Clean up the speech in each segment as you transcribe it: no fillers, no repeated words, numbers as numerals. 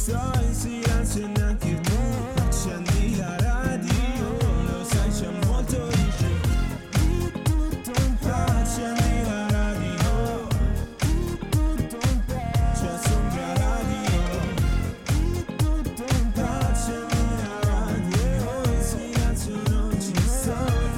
sto in silenzio e neanche tu. Accendi la radio, lo sai c'è molto di più. Di tutto un po'. Accendi la radio, di tutto un po'. C'è Sombra Radio. Di tutto un po'. Accendi la radio, in silenzio non ci sto.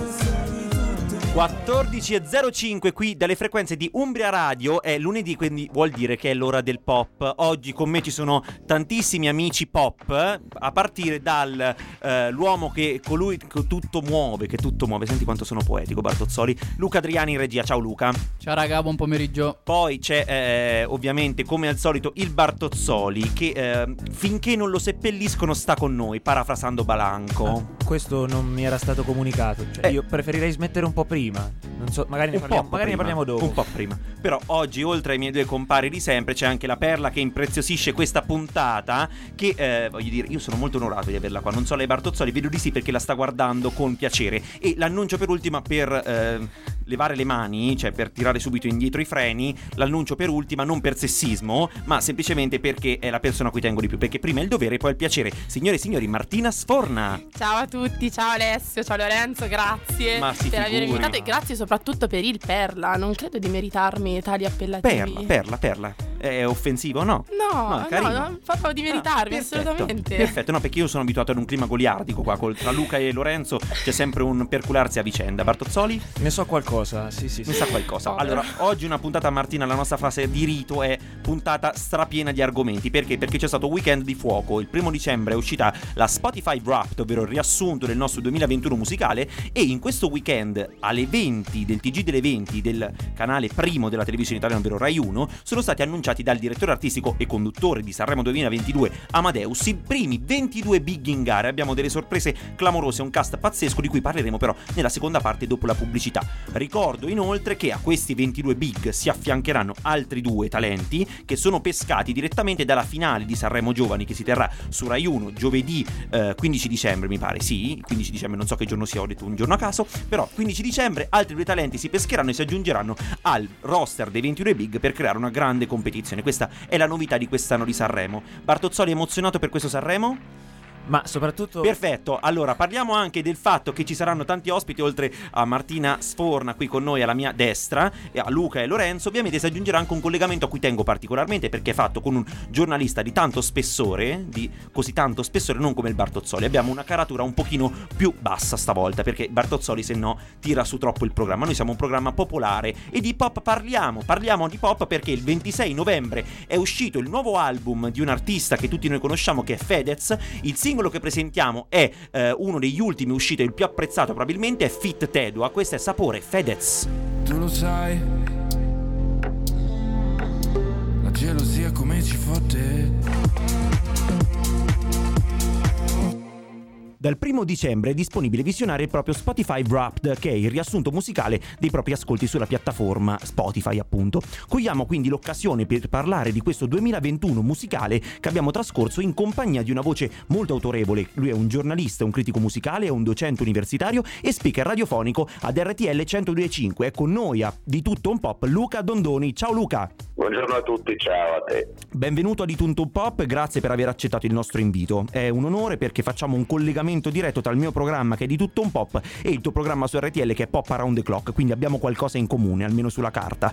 14.05 qui dalle frequenze di Umbria Radio. È lunedì, quindi vuol dire che è l'ora del pop. Oggi con me ci sono tantissimi amici pop, a partire dal l'uomo che colui che tutto muove. Senti quanto sono poetico, Bartozzoli. Luca Adriani in regia. Ciao Luca. Ciao raga, buon pomeriggio. Poi c'è ovviamente, come al solito, il Bartozzoli che finché non lo seppelliscono sta con noi, parafrasando Balanco. Questo non mi era stato comunicato. Cioè, io preferirei smettere un po' prima. Non so, magari ne parliamo dopo. Un po' prima. Però oggi, oltre ai miei due compari di sempre, c'è anche la perla che impreziosisce questa puntata. Che voglio dire, io sono molto onorato di averla qua. Non so lei, Bartozzoli, vedo di sì perché la sta guardando con piacere. E l'annuncio per ultima, per levare le mani, cioè per tirare subito indietro i freni. L'annuncio per ultima non per sessismo, ma semplicemente perché è la persona a cui tengo di più. Perché prima è il dovere e poi il piacere. Signore e signori, Martina Sforna. Ciao a tutti, ciao Alessio, ciao Lorenzo, grazie per avermi invitato e grazie soprattutto per il perla. Non credo di meritarmi tali appellativi. Perla. È offensivo, no? No, proprio di meritarmi, assolutamente. Perfetto, no, perché io sono abituato ad un clima goliardico qua, tra Luca e Lorenzo c'è sempre un percularsi a vicenda. Bartozzoli? Ne so qualcosa, sì. Ne sa qualcosa. Allora, oggi una puntata, Martina, la nostra frase di rito è puntata strapiena di argomenti. Perché? Perché c'è stato un weekend di fuoco. Il 1 dicembre è uscita la Spotify Wrapped, ovvero il riassunto del nostro 2021 musicale, e in questo weekend alle 20 del TG delle 20 del canale primo della televisione italiana, ovvero Rai 1, sono stati annunciati dal direttore artistico e conduttore di Sanremo 2022 Amadeus i primi 22 big in gara. Abbiamo delle sorprese clamorose, un cast pazzesco di cui parleremo però nella seconda parte dopo la pubblicità. Ricordo inoltre che a questi 22 big si affiancheranno altri due talenti che sono pescati direttamente dalla finale di Sanremo Giovani, che si terrà su Rai 1 giovedì 15 dicembre mi pare, sì, 15 dicembre, non so che giorno sia, ho detto un giorno a caso, però 15 dicembre altri due talenti si pescheranno e si aggiungeranno al roster dei 22 big per creare una grande competizione. Questa è la novità di quest'anno di Sanremo. Bartozzoli, emozionato per questo Sanremo? Ma soprattutto... Perfetto, allora parliamo anche del fatto che ci saranno tanti ospiti, oltre a Martina Sforna qui con noi alla mia destra, e a Luca e Lorenzo. Ovviamente si aggiungerà anche un collegamento a cui tengo particolarmente, perché è fatto con un giornalista di tanto spessore, di così tanto spessore, non come il Bartozzoli. Abbiamo una caratura un pochino più bassa stavolta, perché Bartozzoli se no tira su troppo il programma. Noi siamo un programma popolare e di pop parliamo di pop perché il 26 novembre è uscito il nuovo album di un artista che tutti noi conosciamo, che è Fedez. Il singolo che presentiamo è uno degli ultimi usciti, il più apprezzato probabilmente, è Fit Tedua. Questo è Sapore, Fedez. Tu lo sai, la gelosia come ci fotte. Dal 1 dicembre è disponibile visionare il proprio Spotify Wrapped, che è il riassunto musicale dei propri ascolti sulla piattaforma Spotify, appunto. Cogliamo quindi l'occasione per parlare di questo 2021 musicale che abbiamo trascorso in compagnia di una voce molto autorevole. Lui è un giornalista, un critico musicale, è un docente universitario e speaker radiofonico ad RTL 102.5. È con noi a Di Tutto Un Pop Luca Dondoni. Ciao Luca! Buongiorno a tutti, ciao a te. Benvenuto a Di Tutto Un Pop, grazie per aver accettato il nostro invito. È un onore perché facciamo un collegamento diretto tra il mio programma, che è Di Tutto Un Pop, e il tuo programma su RTL, che è Pop Around the Clock, quindi abbiamo qualcosa in comune, almeno sulla carta.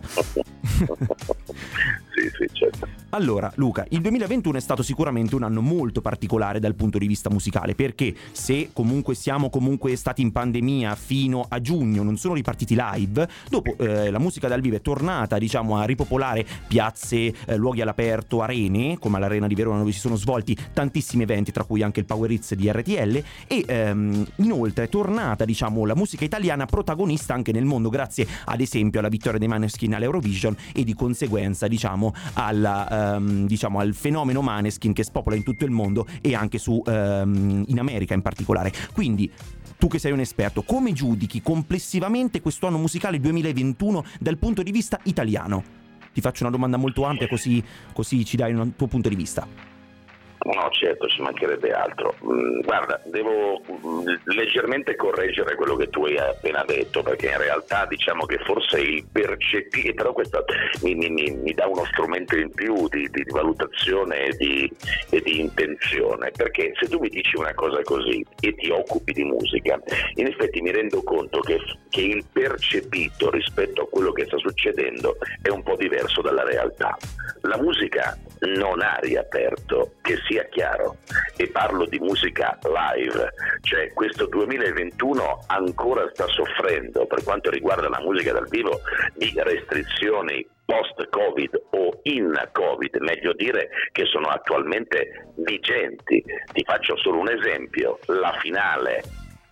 Sì, certo. Allora Luca, il 2021 è stato sicuramente un anno molto particolare dal punto di vista musicale, perché se comunque siamo stati in pandemia fino a giugno, non sono ripartiti live, dopo la musica dal vivo è tornata, diciamo, a ripopolare piazze, luoghi all'aperto, arene come l'Arena di Verona, dove si sono svolti tantissimi eventi, tra cui anche il Power Hits di RTL, e inoltre è tornata, diciamo, la musica italiana protagonista anche nel mondo, grazie ad esempio alla vittoria dei Maneskin all'Eurovision e di conseguenza, diciamo, al fenomeno Maneskin che spopola in tutto il mondo e anche in America in particolare. Quindi tu che sei un esperto, come giudichi complessivamente questo anno musicale 2021 dal punto di vista italiano? Ti faccio una domanda molto ampia, così ci dai il tuo punto di vista. No, certo, ci mancherebbe altro. Guarda, devo leggermente correggere quello che tu hai appena detto, perché in realtà diciamo che forse il percepire, però questo mi dà uno strumento in più di valutazione e di intenzione, perché se tu mi dici una cosa così e ti occupi di musica, in effetti mi rendo conto che il percepito rispetto a quello che sta succedendo è un po' diverso dalla realtà. La musica non ha riaperto, che sia chiaro, e parlo di musica live, cioè questo 2021 ancora sta soffrendo per quanto riguarda la musica dal vivo di restrizioni post-Covid o in Covid, meglio dire, che sono attualmente vigenti. Ti faccio solo un esempio: la finale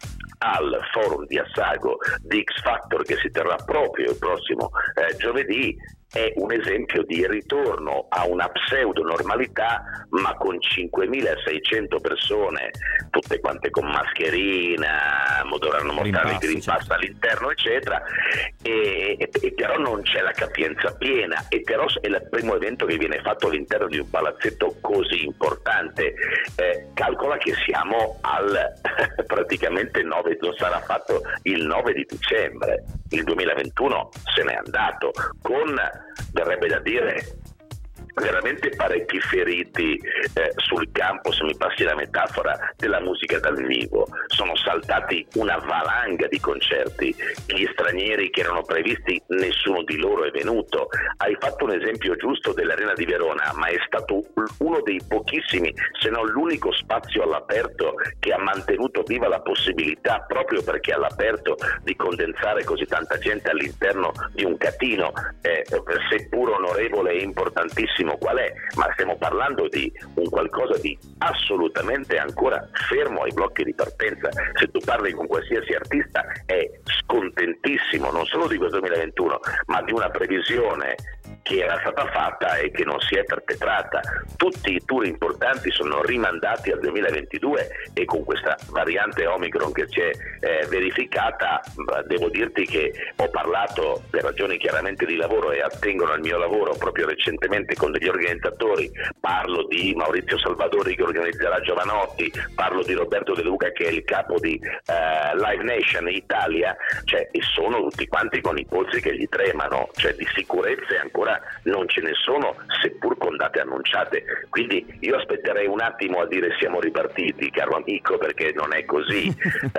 al forum di Assago di X Factor, che si terrà proprio il prossimo giovedì, è un esempio di ritorno a una pseudo normalità, ma con 5.600 persone, tutte quante con mascherina, dovranno mostrare il Green Pass all'interno, eccetera, e però non c'è la capienza piena, e però è il primo evento che viene fatto all'interno di un palazzetto così importante. Calcola che siamo al praticamente 9, non sarà fatto il 9 di dicembre, il 2021 se n'è andato, con, verrebbe da dire, veramente parecchi feriti sul campo, se mi passi la metafora, della musica dal vivo. Sono saltati una valanga di concerti, gli stranieri che erano previsti nessuno di loro è venuto. Hai fatto un esempio giusto dell'Arena di Verona, ma è stato uno dei pochissimi, se non l'unico spazio all'aperto che ha mantenuto viva la possibilità, proprio perché all'aperto, di condensare così tanta gente all'interno di un catino, seppur onorevole e importantissimo qual è, ma stiamo parlando di un qualcosa di assolutamente ancora fermo ai blocchi di partenza. Se tu parli con qualsiasi artista è scontentissimo non solo di questo 2021, ma di una previsione che era stata fatta e che non si è perpetrata. Tutti i tour importanti sono rimandati al 2022, e con questa variante Omicron che si è verificata, devo dirti che ho parlato, per ragioni chiaramente di lavoro e attengono al mio lavoro, proprio recentemente con degli organizzatori. Parlo di Maurizio Salvadori che organizzerà Giovanotti, parlo di Roberto De Luca che è il capo di Live Nation Italia, cioè, e sono tutti quanti con i polsi che gli tremano, cioè di sicurezze ancora non ce ne sono, seppur con date annunciate. Quindi io aspetterei un attimo a dire siamo ripartiti, caro amico, perché non è così.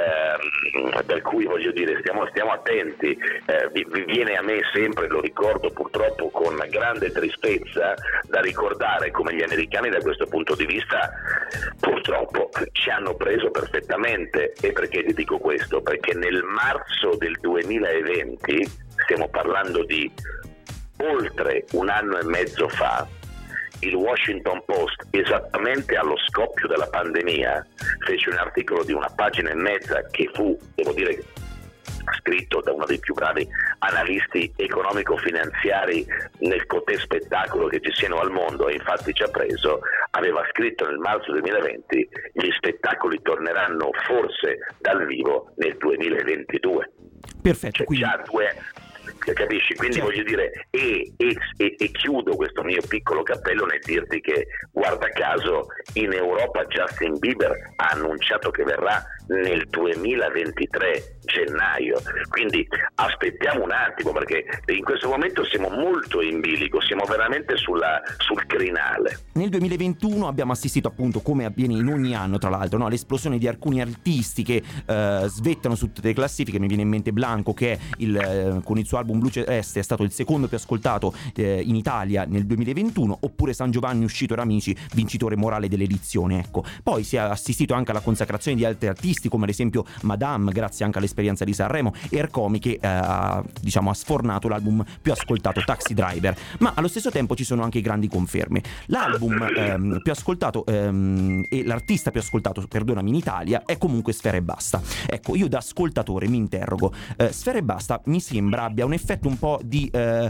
Per cui voglio dire, stiamo attenti. Viene a me sempre, lo ricordo purtroppo con grande tristezza, da ricordare come gli americani da questo punto di vista purtroppo ci hanno preso perfettamente. E perché ti dico questo? Perché nel marzo del 2020, stiamo parlando di oltre un anno e mezzo fa, il Washington Post, esattamente allo scoppio della pandemia, fece un articolo di una pagina e mezza che fu, devo dire, scritto da uno dei più bravi analisti economico-finanziari nel cotè spettacolo che ci siano al mondo, e infatti ci ha preso. Aveva scritto nel marzo 2020: gli spettacoli torneranno forse dal vivo nel 2022. Perfetto, cioè, quindi... già capisci? Quindi certo. Voglio dire, e chiudo questo mio piccolo cappello nel dirti che, guarda caso, in Europa Justin Bieber ha annunciato che verrà nel 2023 gennaio, quindi aspettiamo un attimo, perché in questo momento siamo molto in bilico, siamo veramente sul crinale. Nel 2021 abbiamo assistito, appunto, come avviene in ogni anno tra l'altro, no, all'esplosione di alcuni artisti che svettano su tutte le classifiche. Mi viene in mente Blanco, che con il suo album Blu Celeste è stato il secondo più ascoltato in Italia nel 2021, oppure San Giovanni, uscito da Amici, vincitore morale dell'edizione. Ecco, poi si è assistito anche alla consacrazione di altri artisti, come ad esempio Madame, grazie anche all'esperienza di Sanremo, e Ercomi, che ha sfornato l'album più ascoltato, Taxi Driver. Ma allo stesso tempo ci sono anche grandi conferme. L'album più ascoltato e l'artista più ascoltato, perdonami, in Italia è comunque Sfera Ebbasta. Ecco, io da ascoltatore mi interrogo, Sfera Ebbasta mi sembra abbia un effetto un po' di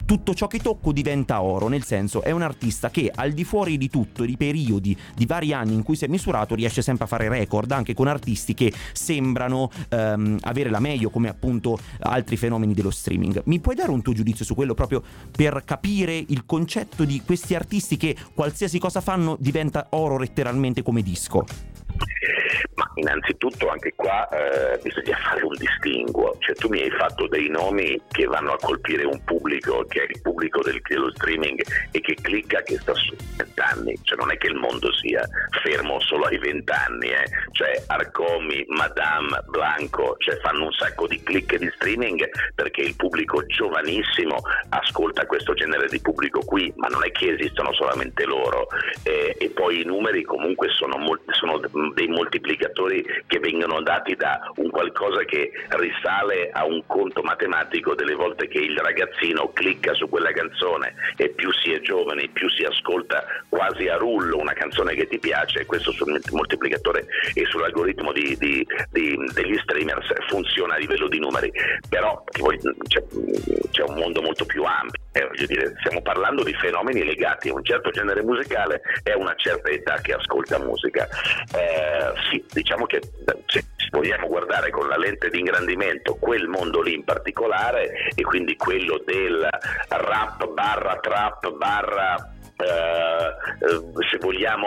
tutto ciò che tocco diventa oro, nel senso è un artista che al di fuori di tutto, di periodi, di vari anni in cui si è misurato, riesce sempre a fare record anche con artisti che sembrano avere la meglio, come appunto altri fenomeni dello streaming. Mi puoi dare un tuo giudizio su quello, proprio per capire il concetto di questi artisti che qualsiasi cosa fanno diventa oro letteralmente come disco? Ma innanzitutto anche qua bisogna fare un distinguo, cioè tu mi hai fatto dei nomi che vanno a colpire un pubblico che è il pubblico dello streaming e che clicca, che sta su 20 anni, cioè non è che il mondo sia fermo solo ai 20 anni, cioè Arcomi, Madame, Blanco, cioè fanno un sacco di click di streaming perché il pubblico giovanissimo ascolta questo genere di pubblico qui, ma non è che esistono solamente loro, e poi i numeri comunque sono dei moltiplicatori che vengono dati da un qualcosa che risale a un conto matematico delle volte che il ragazzino clicca su quella canzone, e più si è giovane più si ascolta quasi a rullo una canzone che ti piace, e questo sul moltiplicatore e sull'algoritmo degli streamers funziona a livello di numeri, però c'è un mondo molto più ampio, voglio dire, stiamo parlando di fenomeni legati a un certo genere musicale e a una certa età che ascolta musica. Sì, diciamo che se vogliamo guardare con la lente di ingrandimento quel mondo lì in particolare, e quindi quello del rap barra trap barra se vogliamo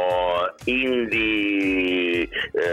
indie,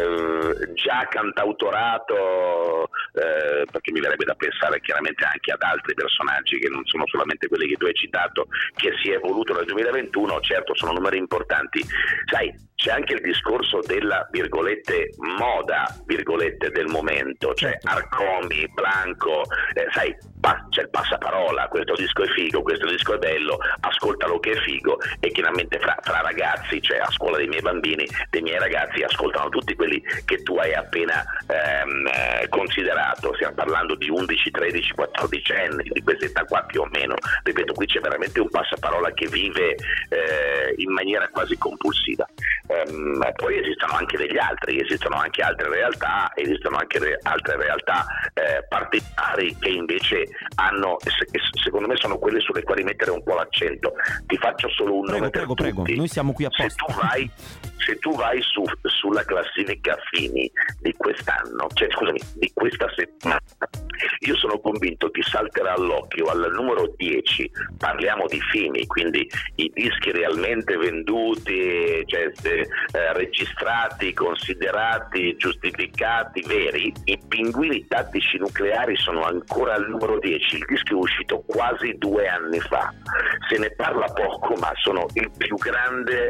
già cantautorato, perché mi verrebbe da pensare chiaramente anche ad altri personaggi che non sono solamente quelli che tu hai citato, che si è evoluto nel 2021, certo sono numeri importanti, sai. C'è anche il discorso della virgolette moda virgolette del momento, cioè Arcomi, Blanco, sai, c'è il passaparola, questo disco è figo, questo disco è bello, ascoltalo che è figo, e chiaramente fra ragazzi, cioè a scuola dei miei bambini, dei miei ragazzi ascoltano tutti quelli che tu hai appena considerato, stiamo parlando di 11, 13, 14 anni, di questa età qua più o meno, ripeto, qui c'è veramente un passaparola che vive in maniera quasi compulsiva. Poi esistono anche degli altri, esistono anche altre realtà, esistono anche altre realtà particolari che invece hanno, secondo me sono quelle sulle quali mettere un po' l'accento. Ti faccio solo un nome per tutti. Prego, noi siamo qui apposta. Se tu vai sulla classifica Fini di quest'anno, cioè scusami, di questa settimana, io sono convinto ti salterà all'occhio al numero 10, parliamo di Fini, quindi i dischi realmente venduti, cioè registrati, considerati, giustificati, veri. I Pinguini Tattici Nucleari sono ancora al numero 10, il disco è uscito quasi 2 anni fa, se ne parla poco, ma sono il più grande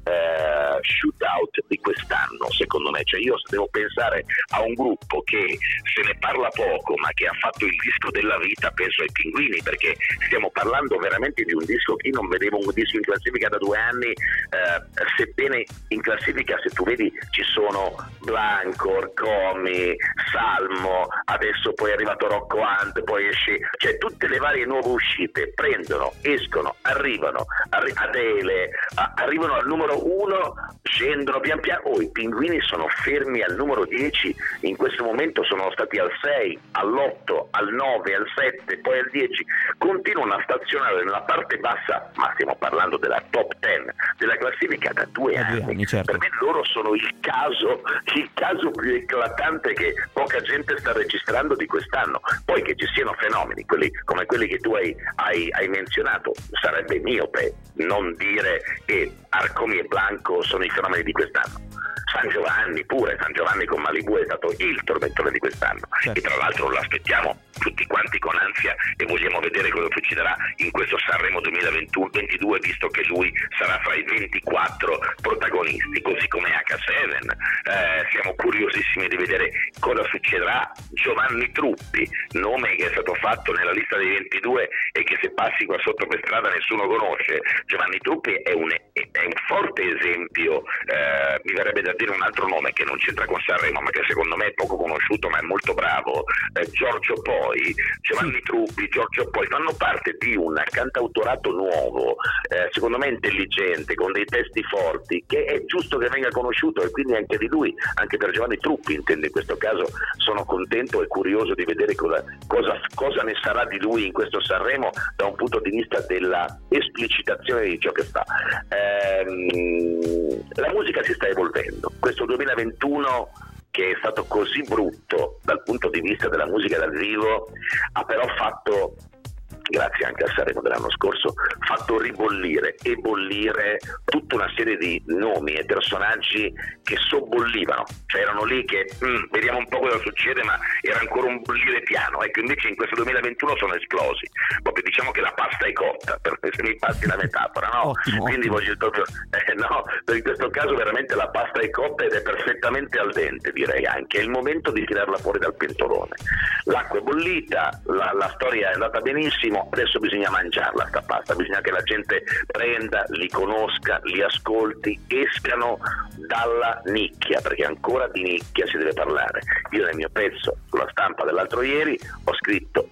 shootout di quest'anno, secondo me. Cioè io devo pensare a un gruppo che se ne parla poco ma che ha fatto il disco della vita, penso ai Pinguini, perché stiamo parlando veramente di un disco che io non vedevo un disco in classifica da 2 anni, sebbene in classifica, se tu vedi, ci sono Blanco, Arcomi, Salmo, adesso poi è arrivato Rocco Hunt, poi esce, cioè tutte le varie nuove uscite prendono, escono, arrivano Adele, arrivano al numero 1, scendono pian piano. I Pinguini sono fermi al numero 10, in questo momento sono stati al 6, all'8, al 9, al 7, poi al 10, continuano a stazionare nella parte bassa, ma stiamo parlando della top 10 della classifica da 2 anni. Certo. Per me loro sono il caso più eclatante che poca gente sta registrando di quest'anno. Poi che ci siano fenomeni come quelli che tu hai menzionato, sarebbe miope non dire che Arcomi e Blanco sono i fenomeni di quest'anno. San Giovanni con Malibu è stato il tormentone di quest'anno, certo. E tra l'altro lo aspettiamo tutti quanti con ansia e vogliamo vedere cosa succederà in questo Sanremo 2022, visto che lui sarà fra i 24 protagonisti, così come H7. Siamo curiosissimi di vedere cosa succederà. Giovanni Truppi, nome che è stato fatto nella lista dei 22 e che se passi qua sotto per strada nessuno conosce. Giovanni Truppi è è un forte esempio, mi verrebbe da dire un altro nome che non c'entra con Sanremo, ma che secondo me è poco conosciuto ma è molto bravo, Giorgio Poi, Giovanni Truppi, Giorgio Poi fanno parte di un cantautorato nuovo, secondo me intelligente, con dei testi forti, che è giusto che venga conosciuto, e quindi anche di lui, anche per Giovanni Truppi intendo in questo caso, sono contento e curioso di vedere cosa ne sarà di lui in questo Sanremo da un punto di vista della esplicitazione di ciò che fa. La musica si sta evolvendo, questo 2021 che è stato così brutto dal punto di vista della musica dal vivo ha però fatto, grazie anche al Sanremo dell'anno scorso, fatto ribollire e bollire tutta una serie di nomi e personaggi che sobbollivano, cioè erano lì che vediamo un po' cosa succede, ma era ancora un bollire piano. Ecco, invece in questo 2021 sono esplosi, proprio diciamo che la pasta è cotta, se mi passi la metafora, no? Quindi voglio proprio no, in questo caso veramente la pasta è cotta ed è perfettamente al dente, direi anche, è il momento di tirarla fuori dal pentolone. L'acqua è bollita, la storia è andata benissimo, adesso bisogna mangiarla sta pasta, bisogna che la gente prenda, li conosca, li ascolti, escano dalla nicchia, perché ancora di nicchia si deve parlare. Io nel mio pezzo sulla Stampa dell'altro ieri ho scritto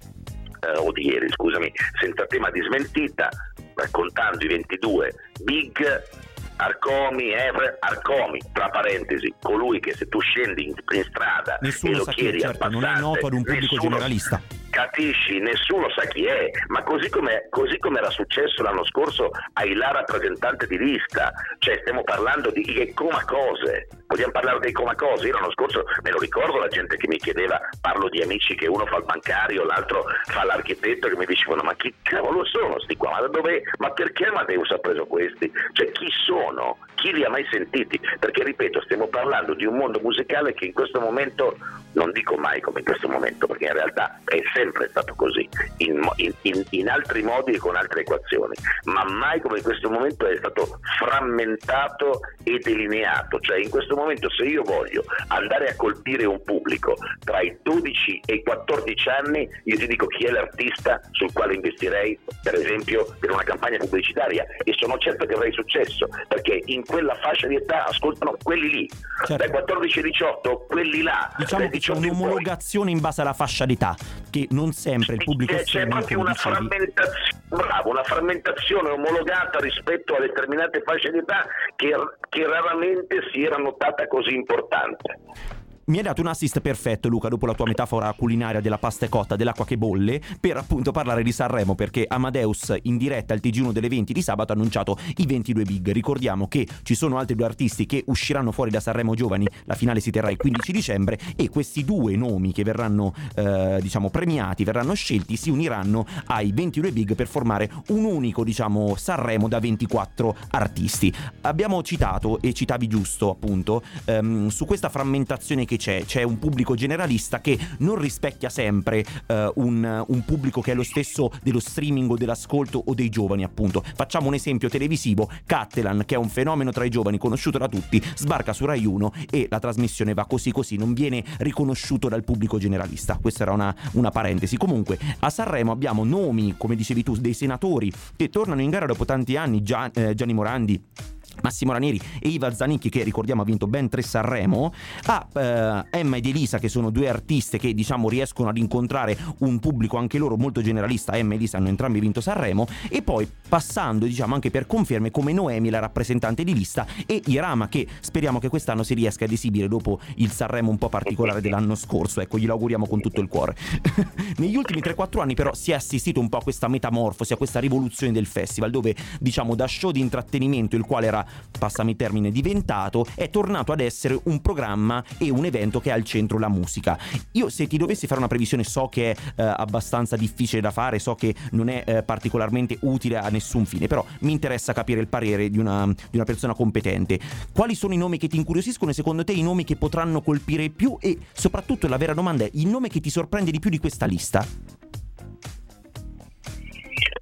o di ieri scusami, senza tema di smentita, raccontando i 22 big Arcomi, Arcomi, tra parentesi, colui che se tu scendi in strada nessuno e lo sa chiedi chi è, certo, non è noto ad un pubblico generalista. Capisci? Nessuno sa chi è, ma così come era successo l'anno scorso ai là rappresentante di lista, cioè stiamo parlando di comacose, vogliamo parlare dei comacose. Io l'anno scorso me lo ricordo, la gente che mi chiedeva, parlo di amici che uno fa il bancario, l'altro fa l'architetto, che mi dicevano ma chi cavolo sono sti qua, ma da dove, ma perché Amadeus ha preso questi, cioè chi sono, chi li ha mai sentiti? Perché ripeto, stiamo parlando di un mondo musicale che in questo momento, non dico mai come in questo momento, perché in realtà è sempre stato così, in altri modi e con altre equazioni, ma mai come in questo momento è stato frammentato e delineato. Cioè in questo momento, se io voglio andare a colpire un pubblico tra i 12 e i 14 anni, io ti dico chi è l'artista sul quale investirei, per esempio, per una campagna pubblicitaria, e sono certo che avrei successo, perché in quella fascia di età ascoltano quelli lì, certo. Dai 14 ai 18 quelli là, diciamo che c'è un'omologazione in base alla fascia d'età, che non sempre il pubblico c'è proprio una frammentazione omologata rispetto a determinate fasce d'età che raramente si era notata così importante. Mi hai dato un assist perfetto, Luca, dopo la tua metafora culinaria della pasta e cotta, dell'acqua che bolle, per appunto parlare di Sanremo, perché Amadeus in diretta al TG1 delle 20 di sabato ha annunciato i 22 big. Ricordiamo che ci sono altri due artisti che usciranno fuori da Sanremo Giovani, la finale si terrà il 15 dicembre e questi due nomi che verranno premiati, verranno scelti, si uniranno ai 22 big per formare un unico Sanremo da 24 artisti. Abbiamo citato, e citavi giusto appunto, su questa frammentazione che c'è un pubblico generalista che non rispecchia sempre un pubblico che è lo stesso dello streaming o dell'ascolto o dei giovani, appunto. Facciamo un esempio televisivo: Cattelan, che è un fenomeno tra i giovani, conosciuto da tutti, sbarca su Rai 1 e la trasmissione va così, non viene riconosciuto dal pubblico generalista. Questa era una parentesi. Comunque a Sanremo abbiamo nomi, come dicevi tu, dei senatori che tornano in gara dopo tanti anni, Gianni Morandi, Massimo Ranieri e Iva Zanicchi, che ricordiamo ha vinto ben 3 Sanremo, a Emma ed Elisa, che sono due artiste che riescono ad incontrare un pubblico anche loro molto generalista. Emma e Elisa hanno entrambi vinto Sanremo, e poi passando anche per conferme come Noemi, la rappresentante di lista, e Irama, che speriamo che quest'anno si riesca ad esibire dopo il Sanremo un po' particolare dell'anno scorso. Ecco, glielo auguriamo con tutto il cuore. Negli ultimi 3-4 anni però si è assistito un po' a questa metamorfosi, a questa rivoluzione del festival, dove da show di intrattenimento, il quale era, passami il termine, diventato, è tornato ad essere un programma e un evento che ha al centro la musica. Io, se ti dovessi fare una previsione, so che è abbastanza difficile da fare, so che non è particolarmente utile a nessun fine, però mi interessa capire il parere di una persona competente. Quali sono i nomi che ti incuriosiscono e secondo te i nomi che potranno colpire più, e soprattutto la vera domanda è il nome che ti sorprende di più di questa lista?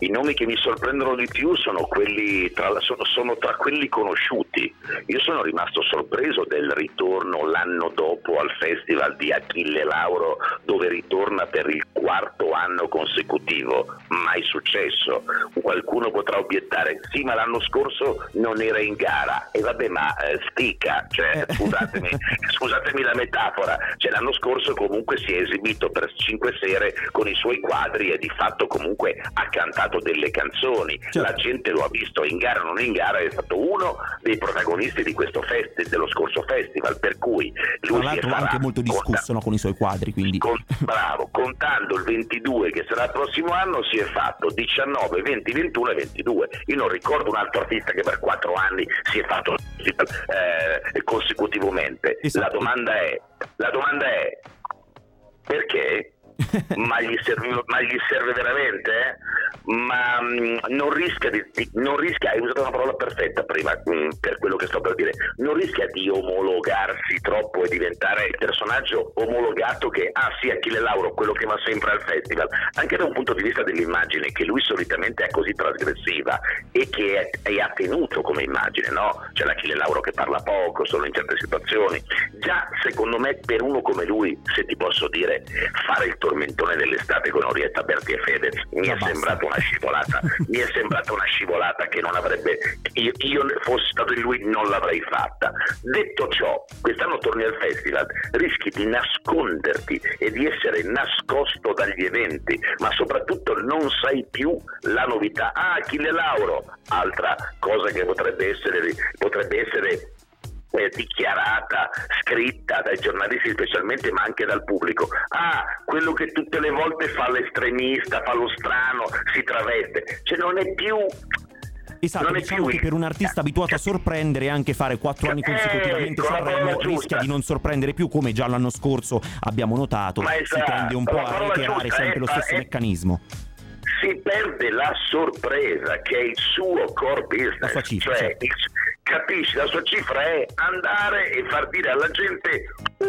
I nomi che mi sorprendono di più sono quelli sono tra quelli conosciuti. Io sono rimasto sorpreso del ritorno l'anno dopo al festival di Achille Lauro, dove ritorna per il 4º anno consecutivo. Mai successo. Qualcuno potrà obiettare: sì, ma l'anno scorso non era in gara. E vabbè, ma stica, cioè scusatemi la metafora, cioè l'anno scorso comunque si è esibito per 5 sere con i suoi quadri e di fatto comunque ha cantato delle canzoni. Certo. La gente lo ha visto in gara o non in gara, è stato uno dei protagonisti di questo dello scorso festival, per cui lui tra l'altro anche molto discusso con i suoi quadri, quindi bravo, contando il 22 che sarà il prossimo anno si è fatto 19, 20, 21 e 22. Io non ricordo un altro artista che per 4 anni si è fatto consecutivamente. Esatto. La domanda è perché? ma gli serve veramente? Ma non rischia, hai usato una parola perfetta prima per quello che sto per dire, non rischia di omologarsi troppo e diventare il personaggio omologato che sì, Achille Lauro, quello che va sempre al festival, anche da un punto di vista dell'immagine che lui solitamente è così trasgressiva e che ha tenuto come immagine, no? C'è l'Achille Lauro che parla poco solo in certe situazioni. Già secondo me per uno come lui, se ti posso dire, fare il tormentone dell'estate con Orietta Berti e Fedez mi è sembrata una scivolata che non avrebbe, io fossi stato in lui non l'avrei fatta. Detto ciò, quest'anno torni al festival, rischi di nasconderti e di essere nascosto dagli eventi, ma soprattutto non sai più la novità. Achille Lauro, altra cosa che potrebbe essere dichiarata, scritta dai giornalisti specialmente, ma anche dal pubblico. Quello che tutte le volte fa l'estremista, fa lo strano, si traveste, cioè non è più. Esatto, diciamo che per un artista abituato a sorprendere, anche fare 4 anni consecutivamente Sanremo rischia di non sorprendere più, come già l'anno scorso abbiamo notato. Si tende un po' a reiterare sempre lo stesso meccanismo. Si perde la sorpresa, che è il suo core business, la sua cifra, cioè capisci, la sua cifra è andare e far dire alla gente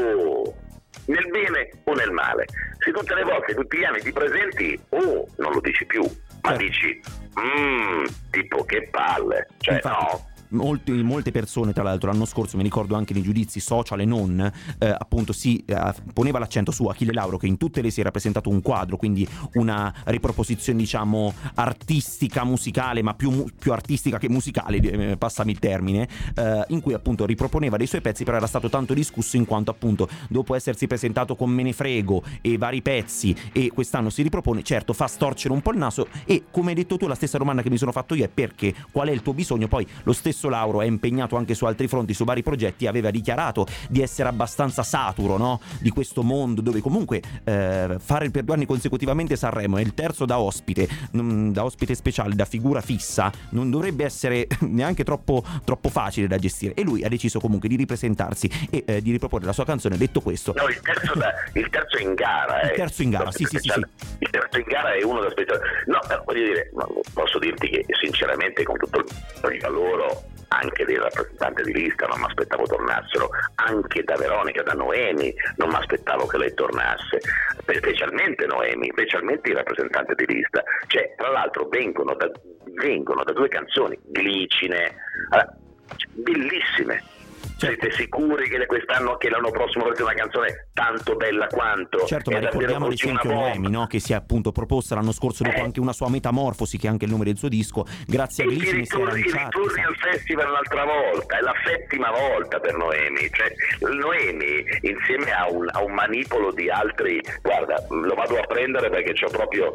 nel bene o nel male. Se tutte le volte, tutti gli anni ti presenti non lo dici più, ma dici tipo che palle, cioè infatti, no. Molte persone, tra l'altro l'anno scorso, mi ricordo anche nei giudizi social e non, appunto si poneva l'accento su Achille Lauro, che in tutte le sere ha presentato un quadro, quindi una riproposizione diciamo artistica, musicale, ma più artistica che musicale, passami il termine, in cui appunto riproponeva dei suoi pezzi, però era stato tanto discusso in quanto appunto dopo essersi presentato con Me ne frego e vari pezzi e quest'anno si ripropone, certo fa storcere un po' il naso. E come hai detto tu, la stessa domanda che mi sono fatto io è: perché? Qual è il tuo bisogno? Poi lo stesso Lauro è impegnato anche su altri fronti, su vari progetti, aveva dichiarato di essere abbastanza saturo, no? Di questo mondo dove comunque fare per 2 anni consecutivamente Sanremo e il terzo da ospite speciale, da figura fissa, non dovrebbe essere neanche troppo facile da gestire, e lui ha deciso comunque di ripresentarsi e di riproporre la sua canzone. Detto questo, no, il terzo in gara, il terzo in gara, sì. Il terzo in gara è uno da speciale. No, voglio dire, posso dirti che sinceramente, con tutto il valore anche dei rappresentanti di lista, non mi aspettavo tornassero, anche da Veronica, da Noemi non mi aspettavo che lei tornasse, specialmente Noemi, specialmente i rappresentanti di lista, cioè tra l'altro vengono da 2 canzoni glicine, bellissime. Siete sicuri che quest'anno, che l'anno prossimo avrete una canzone tanto bella quanto? Certo, ma ricordiamo l'esempio Noemi, no? Che si è appunto proposta l'anno scorso dopo anche una sua metamorfosi, che è anche il nome del suo disco, grazie a Glicine si era lanciato. Ritorni al festival un'altra volta, è la 7ª volta per Noemi, cioè Noemi insieme a un manipolo di altri, guarda, lo vado a prendere perché ho proprio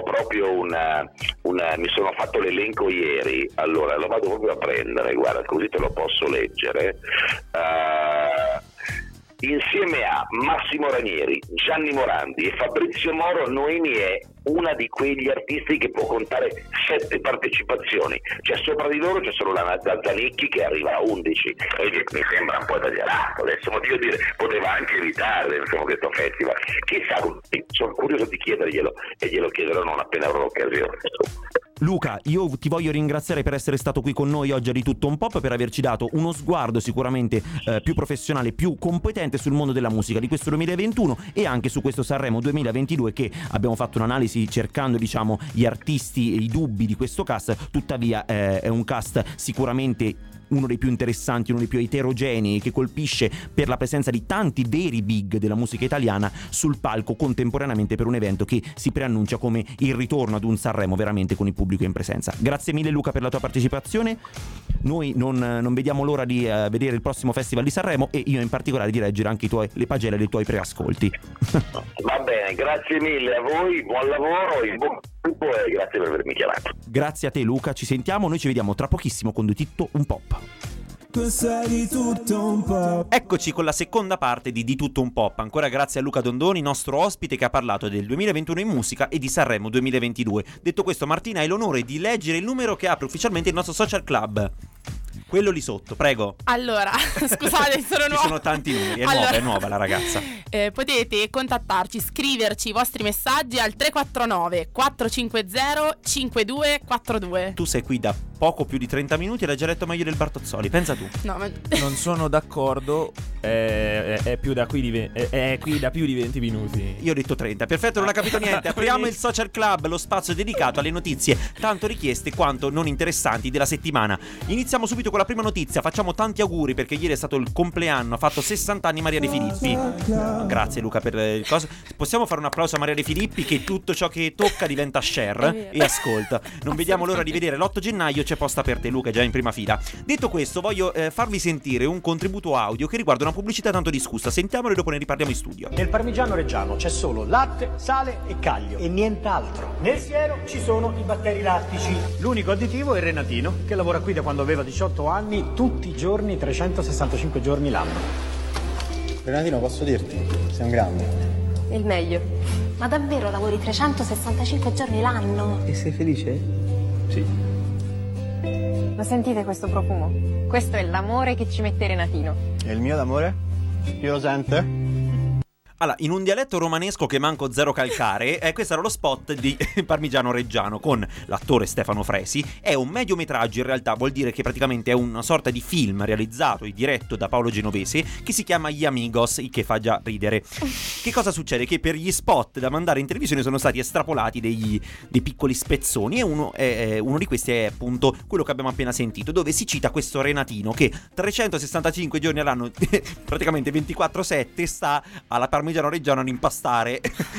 mi sono fatto l'elenco ieri, allora lo vado proprio a prendere, guarda, così te lo posso leggere. Insieme a Massimo Ranieri, Gianni Morandi e Fabrizio Moro, Noemi è una di quegli artisti che può contare 7 partecipazioni, cioè sopra di loro c'è solo la Zanicchi che arriva a 11, e mi sembra un po' esagerato. Adesso voglio dire, poteva anche evitare insomma questo festival, chissà, sono curioso di chiederglielo e glielo chiederò non appena avrò l'occasione. Luca, io ti voglio ringraziare per essere stato qui con noi oggi a Di Tutto Un Po', per averci dato uno sguardo sicuramente più professionale, più competente sul mondo della musica di questo 2021 e anche su questo Sanremo 2022, che abbiamo fatto un'analisi presi cercando, diciamo, gli artisti e i dubbi di questo cast. Tuttavia è un cast sicuramente uno dei più interessanti, uno dei più eterogenei, che colpisce per la presenza di tanti veri big della musica italiana sul palco contemporaneamente, per un evento che si preannuncia come il ritorno ad un Sanremo veramente con il pubblico in presenza. Grazie mille Luca per la tua partecipazione. Noi non vediamo l'ora di vedere il prossimo Festival di Sanremo, e io in particolare di leggere anche le pagelle dei tuoi preascolti. Va bene, grazie mille a voi, buon lavoro, in bocca al lupo e grazie per avermi chiamato. Grazie a te Luca, ci sentiamo, noi ci vediamo tra pochissimo con Di Tutto Un Pop. Questa è Di Tutto Un Pop. Eccoci con la seconda parte di Tutto Un Pop, ancora grazie a Luca Dondoni, nostro ospite, che ha parlato del 2021 in musica e di Sanremo 2022. Detto questo, Martina, hai l'onore di leggere il numero che apre ufficialmente il nostro social club. Quello lì sotto, prego. Allora, scusate, sono nuova. Ci sono tanti numeri, è nuova la ragazza. Potete contattarci, scriverci i vostri messaggi al 349 450 5242. Tu sei qui da poco più di 30 minuti e l'hai già letto meglio del Bartozzoli, pensa tu. No, ma... Non sono d'accordo, è qui da più di 20 minuti. Io ho detto 30, perfetto, non ha capito niente. Apriamo il social club, lo spazio dedicato alle notizie tanto richieste quanto non interessanti della settimana. Iniziamo subito con la prima notizia. Facciamo tanti auguri perché ieri è stato il compleanno, ha fatto 60 anni Maria De Filippi. Grazie Luca per il coso. Possiamo fare un applauso a Maria De Filippi, che tutto ciò che tocca diventa share e ascolta. Non vediamo l'ora di vedere l'8 gennaio, c'è posta per te Luca, è già in prima fila. Detto questo, voglio farvi sentire un contributo audio che riguarda una pubblicità tanto discussa. Sentiamolo e dopo ne riparliamo in studio. Nel parmigiano reggiano c'è solo latte, sale e caglio e nient'altro. Nel siero ci sono i batteri lattici. L'unico additivo è il Renatino, che lavora qui da quando aveva 18 anni, tutti i giorni, 365 giorni l'anno. Renatino, posso dirti? Sei un grande. È il meglio. Ma davvero lavori 365 giorni l'anno? E sei felice? Sì. Lo sentite questo profumo? Questo è l'amore che ci mette Renatino. E il mio d'amore? Io lo sente? Allora, in un dialetto romanesco che manco zero calcare, questo era lo spot di Parmigiano Reggiano con l'attore Stefano Fresi. È un mediometraggio, in realtà vuol dire che praticamente è una sorta di film realizzato e diretto da Paolo Genovese, che si chiama Gli Amigos, il che fa già ridere. Che cosa succede? Che per gli spot da mandare in televisione sono stati estrapolati dei piccoli spezzoni, e uno di questi è appunto quello che abbiamo appena sentito, dove si cita questo Renatino che 365 giorni all'anno, praticamente 24/7, sta alla Parmigiano Reggiano ad impastare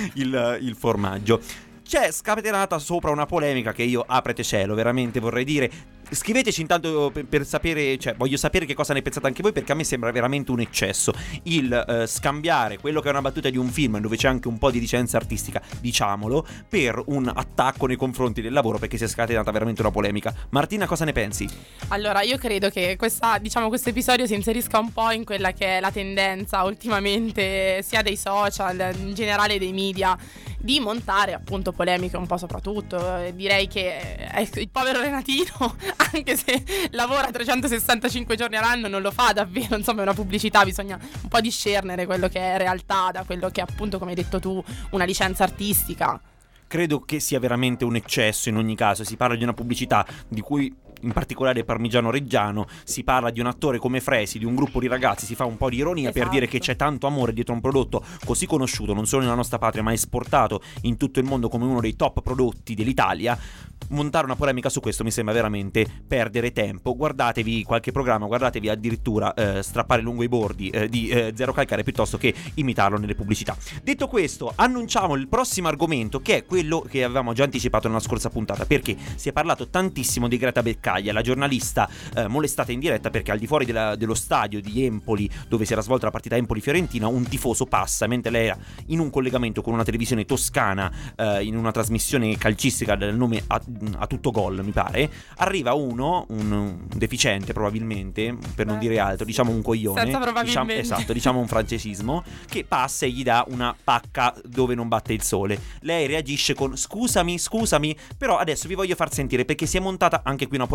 il formaggio. C'è scatenata sopra una polemica che io, aprete cielo, veramente vorrei dire. Scriveteci intanto per sapere, cioè voglio sapere che cosa ne pensate anche voi, perché a me sembra veramente un eccesso il scambiare quello che è una battuta di un film dove c'è anche un po' di licenza artistica, diciamolo, per un attacco nei confronti del lavoro, perché si è scatenata veramente una polemica. Martina, cosa ne pensi? Allora, io credo che questo episodio si inserisca un po' in quella che è la tendenza ultimamente sia dei social, in generale dei media, di montare appunto polemiche un po' soprattutto. Direi che il povero Renatino, anche se lavora 365 giorni all'anno, non lo fa davvero, insomma è una pubblicità, bisogna un po' discernere quello che è realtà da quello che è appunto, come hai detto tu, una licenza artistica. Credo che sia veramente un eccesso in ogni caso. Si parla di una pubblicità di cui in particolare Parmigiano Reggiano, si parla di un attore come Fresi, di un gruppo di ragazzi, si fa un po' di ironia, esatto, per dire che c'è tanto amore dietro un prodotto così conosciuto non solo nella nostra patria ma esportato in tutto il mondo come uno dei top prodotti dell'Italia. Montare una polemica su questo mi sembra veramente perdere tempo. Guardatevi qualche programma, guardatevi addirittura strappare lungo i bordi di Zero Calcare piuttosto che imitarlo nelle pubblicità. Detto questo, annunciamo il prossimo argomento, che è quello che avevamo già anticipato nella scorsa puntata, perché si è parlato tantissimo di Greta Beccaglia, la giornalista molestata in diretta perché al di fuori dello stadio di Empoli, dove si era svolta la partita Empoli-Fiorentina, un tifoso passa mentre lei era in un collegamento con una televisione toscana, in una trasmissione calcistica del nome a tutto gol, mi pare. Arriva un deficiente, probabilmente, per non dire altro, diciamo un coglione, senza probabilmente, diciamo un francesismo, che passa e gli dà una pacca dove non batte il sole. Lei reagisce con scusami, però adesso vi voglio far sentire, perché si è montata anche qui una polemica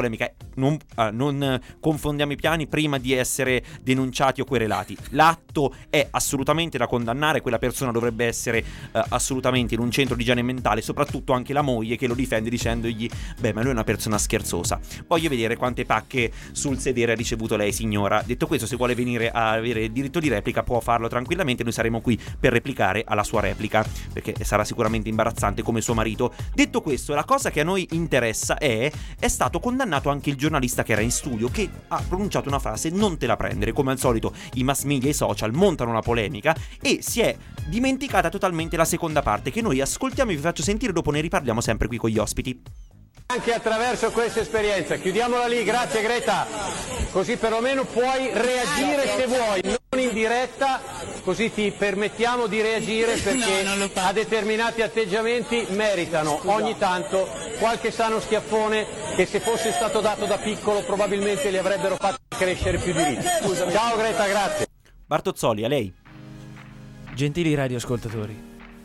polemica. Non confondiamo i piani prima di essere denunciati o querelati. L'atto è assolutamente da condannare, quella persona dovrebbe essere assolutamente in un centro di igiene mentale, soprattutto anche la moglie che lo difende dicendogli beh, ma lui è una persona scherzosa. Voglio vedere quante pacche sul sedere ha ricevuto lei, signora. Detto questo, se vuole venire a avere il diritto di replica può farlo tranquillamente, noi saremo qui per replicare alla sua replica, perché sarà sicuramente imbarazzante come suo marito. Detto questo, la cosa che a noi interessa è stato condannato anche il giornalista che era in studio, che ha pronunciato una frase non te la prendere. Come al solito i mass media e i social montano la polemica e si è dimenticata totalmente la seconda parte, che noi ascoltiamo e vi faccio sentire, dopo ne riparliamo sempre qui con gli ospiti. Anche attraverso questa esperienza, chiudiamola lì, grazie Greta, così perlomeno puoi reagire se vuoi, non in diretta, così ti permettiamo di reagire, perché a determinati atteggiamenti meritano ogni tanto qualche sano schiaffone che se fosse stato dato da piccolo probabilmente li avrebbero fatti crescere più diritti. Ciao Greta, grazie. Bartozzoli, a lei. Gentili radioascoltatori,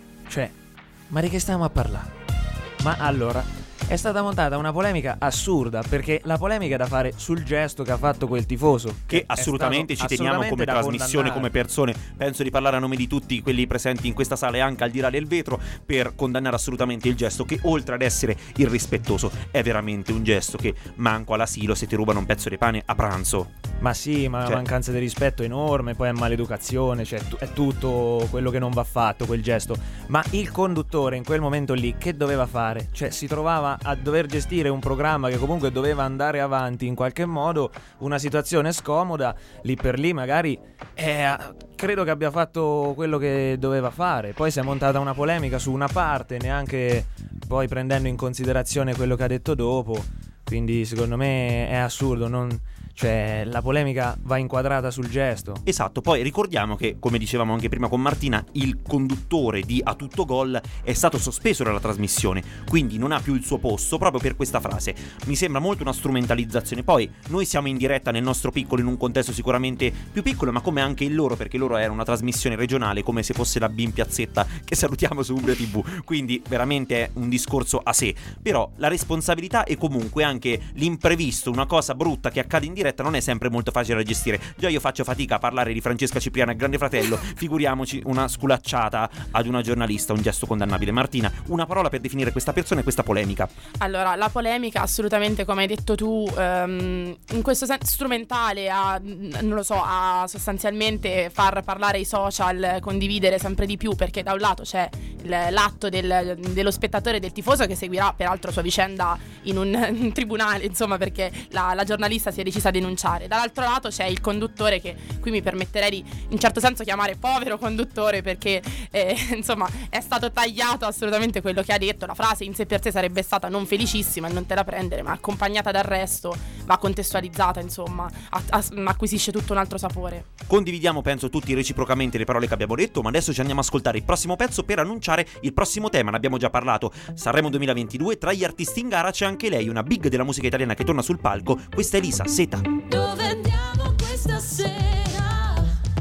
ma di che stiamo a parlare? Ma allora, è stata montata una polemica assurda, perché la polemica è da fare sul gesto che ha fatto quel tifoso, che assolutamente ci teniamo come trasmissione, come persone, penso di parlare a nome di tutti quelli presenti in questa sala e anche al di là del vetro, per condannare assolutamente il gesto, che oltre ad essere irrispettoso è veramente un gesto che manco all'asilo se ti rubano un pezzo di pane a pranzo. Ma sì, ma mancanza di rispetto enorme, poi è maleducazione, è tutto quello che non va fatto quel gesto. Ma il conduttore in quel momento lì che doveva fare? Si trovava a dover gestire un programma che comunque doveva andare avanti in qualche modo, una situazione scomoda, lì per lì magari credo che abbia fatto quello che doveva fare. Poi si è montata una polemica su una parte, neanche poi prendendo in considerazione quello che ha detto dopo, quindi secondo me è assurdo, la polemica va inquadrata sul gesto. Esatto, poi ricordiamo che, come dicevamo anche prima con Martina, il conduttore di A Tutto Gol è stato sospeso dalla trasmissione, quindi non ha più il suo posto proprio per questa frase. Mi sembra molto una strumentalizzazione. Poi noi siamo in diretta nel nostro piccolo, in un contesto sicuramente più piccolo, ma come anche il loro, perché loro era una trasmissione regionale, come se fosse la B in Piazzetta, che salutiamo su Umbria TV, quindi veramente è un discorso a sé. Però la responsabilità e comunque anche l'imprevisto, una cosa brutta che accade in diretta, non è sempre molto facile da gestire. Già io faccio fatica a parlare di Francesca Cipriana e Grande Fratello, figuriamoci una sculacciata ad una giornalista, un gesto condannabile. Martina, una parola per definire questa persona e questa polemica. Allora, la polemica assolutamente, come hai detto tu, in questo senso strumentale a sostanzialmente far parlare i social, condividere sempre di più, perché da un lato c'è l'atto dello spettatore, del tifoso, che seguirà peraltro sua vicenda in un tribunale, insomma, perché la giornalista si è decisa a denunciare. Dall'altro lato c'è il conduttore, che qui mi permetterei di in certo senso chiamare povero conduttore, perché insomma è stato tagliato assolutamente quello che ha detto. La frase in sé per sé sarebbe stata non felicissima e non te la prendere, ma accompagnata dal resto va contestualizzata, insomma acquisisce tutto un altro sapore. Condividiamo, penso, tutti reciprocamente le parole che abbiamo detto, ma adesso ci andiamo a ascoltare il prossimo pezzo per annunciare il prossimo tema. Ne abbiamo già parlato, Sanremo 2022, tra gli artisti in gara c'è anche lei, una big della musica italiana che torna sul palco. Questa è Elisa, Seta. Dove andiamo questa sera?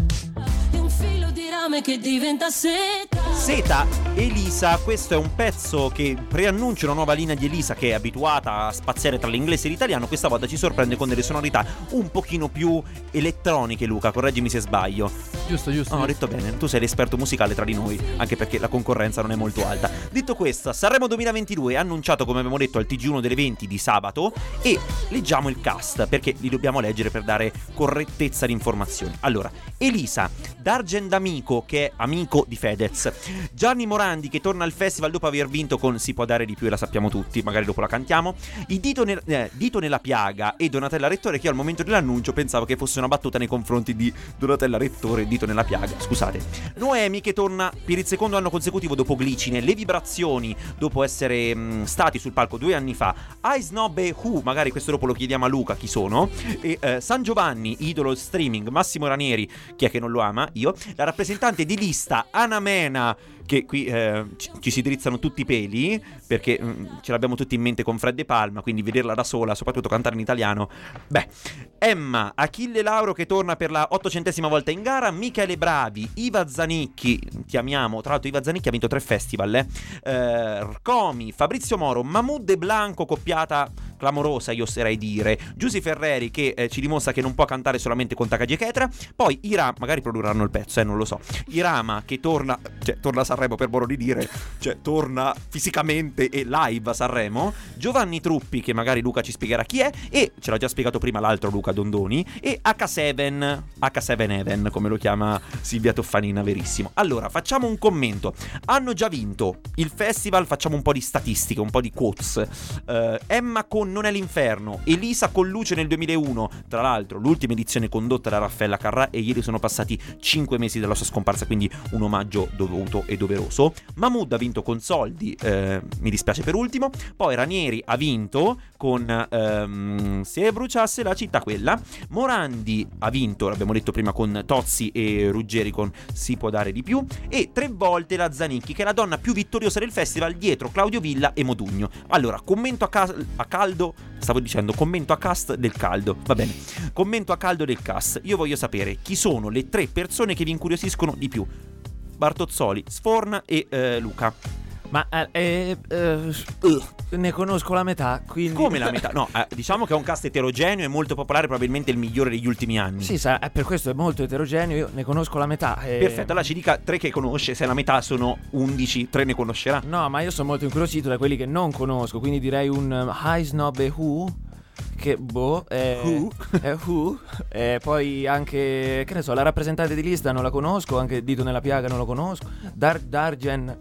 È un filo di rame che diventa seta. Seta, Elisa, questo è un pezzo che preannuncia una nuova linea di Elisa, che è abituata a spaziare tra l'inglese e l'italiano. Questa volta ci sorprende con delle sonorità un pochino più elettroniche. Luca, correggimi se sbaglio. Giusto. Ho detto bene, tu sei l'esperto musicale tra di noi, anche perché la concorrenza non è molto alta. Detto questo, Sanremo 2022 è annunciato, come abbiamo detto, al TG1 delle 20 di sabato, e leggiamo il cast, perché li dobbiamo leggere per dare correttezza di informazioni. Allora, Elisa, Dargen D'Amico, che è amico di Fedez, Gianni Morandi, che torna al festival dopo aver vinto con Si può dare di più, e la sappiamo tutti, magari dopo la cantiamo, i Dito nella piaga e Donatella Rettore, che io al momento dell'annuncio pensavo che fosse una battuta nei confronti di Donatella Rettore e Dito nella piaga, scusate. Noemi, che torna per il secondo anno consecutivo dopo Glicine, Le Vibrazioni, dopo essere stati sul palco 2 anni fa, I Snob e Who, magari questo dopo lo chiediamo a Luca chi sono, e San Giovanni, idolo streaming, Massimo Ranieri, chi è che non lo ama? Io. La rappresentante di lista Ana Mena, che qui ci si drizzano tutti i peli, perché ce l'abbiamo tutti in mente con Fred De Palma, quindi vederla da sola, soprattutto cantare in italiano, beh. Emma, Achille Lauro, che torna per la 800ª volta in gara, Michele Bravi, Iva Zanicchi, ti amiamo, tra l'altro Iva Zanicchi ha vinto 3 festival, Comi, Fabrizio Moro, Mahmood e Blanco, coppiata clamorosa, io oserei dire. Giusy Ferreri che ci dimostra che non può cantare solamente con Takagi e Ketra. Poi Irama, magari produrranno il pezzo, non lo so. Irama che torna a Sanremo, per modo di dire, torna fisicamente e live a Sanremo. Giovanni Truppi, che magari Luca ci spiegherà chi è, e ce l'ha già spiegato prima l'altro Luca Dondoni, e H7 Even, come lo chiama Silvia Toffanina, verissimo. Allora, facciamo un commento. Hanno già vinto il festival, facciamo un po' di statistiche, un po' di quotes. Emma con Non è l'inferno, Elisa con Luce nel 2001, tra l'altro l'ultima edizione condotta da Raffaella Carrà, e ieri sono passati 5 mesi dalla sua scomparsa, quindi un omaggio dovuto e doveroso. Mahmood ha vinto con Soldi, mi dispiace per ultimo. Poi Ranieri ha vinto con Se bruciasse la città quella. Morandi ha vinto, l'abbiamo detto prima, con Tozzi e Ruggeri con Si può dare di più. E 3 volte la Zanicchi, che è la donna più vittoriosa del festival, dietro Claudio Villa e Modugno. Allora, commento a caldo, stavo dicendo commento a cast del caldo, va bene, commento a caldo del cast. Io voglio sapere chi sono le 3 persone che vi incuriosiscono di più. Bartozzoli, Sforna e Luca. Ma ne conosco la metà, quindi... Come la metà? No, diciamo che è un cast eterogeneo e molto popolare, probabilmente il migliore degli ultimi anni. Sì, per questo è molto eterogeneo, io ne conosco la metà. Perfetto, allora ci dica 3 che conosce, se la metà sono 11, 3 ne conoscerà. No, ma io sono molto incuriosito da quelli che non conosco, quindi direi un High Snob e Who, che Who. Poi anche, che ne so, la rappresentante di lista non la conosco, anche Dito nella piaga non lo conosco. Dargen,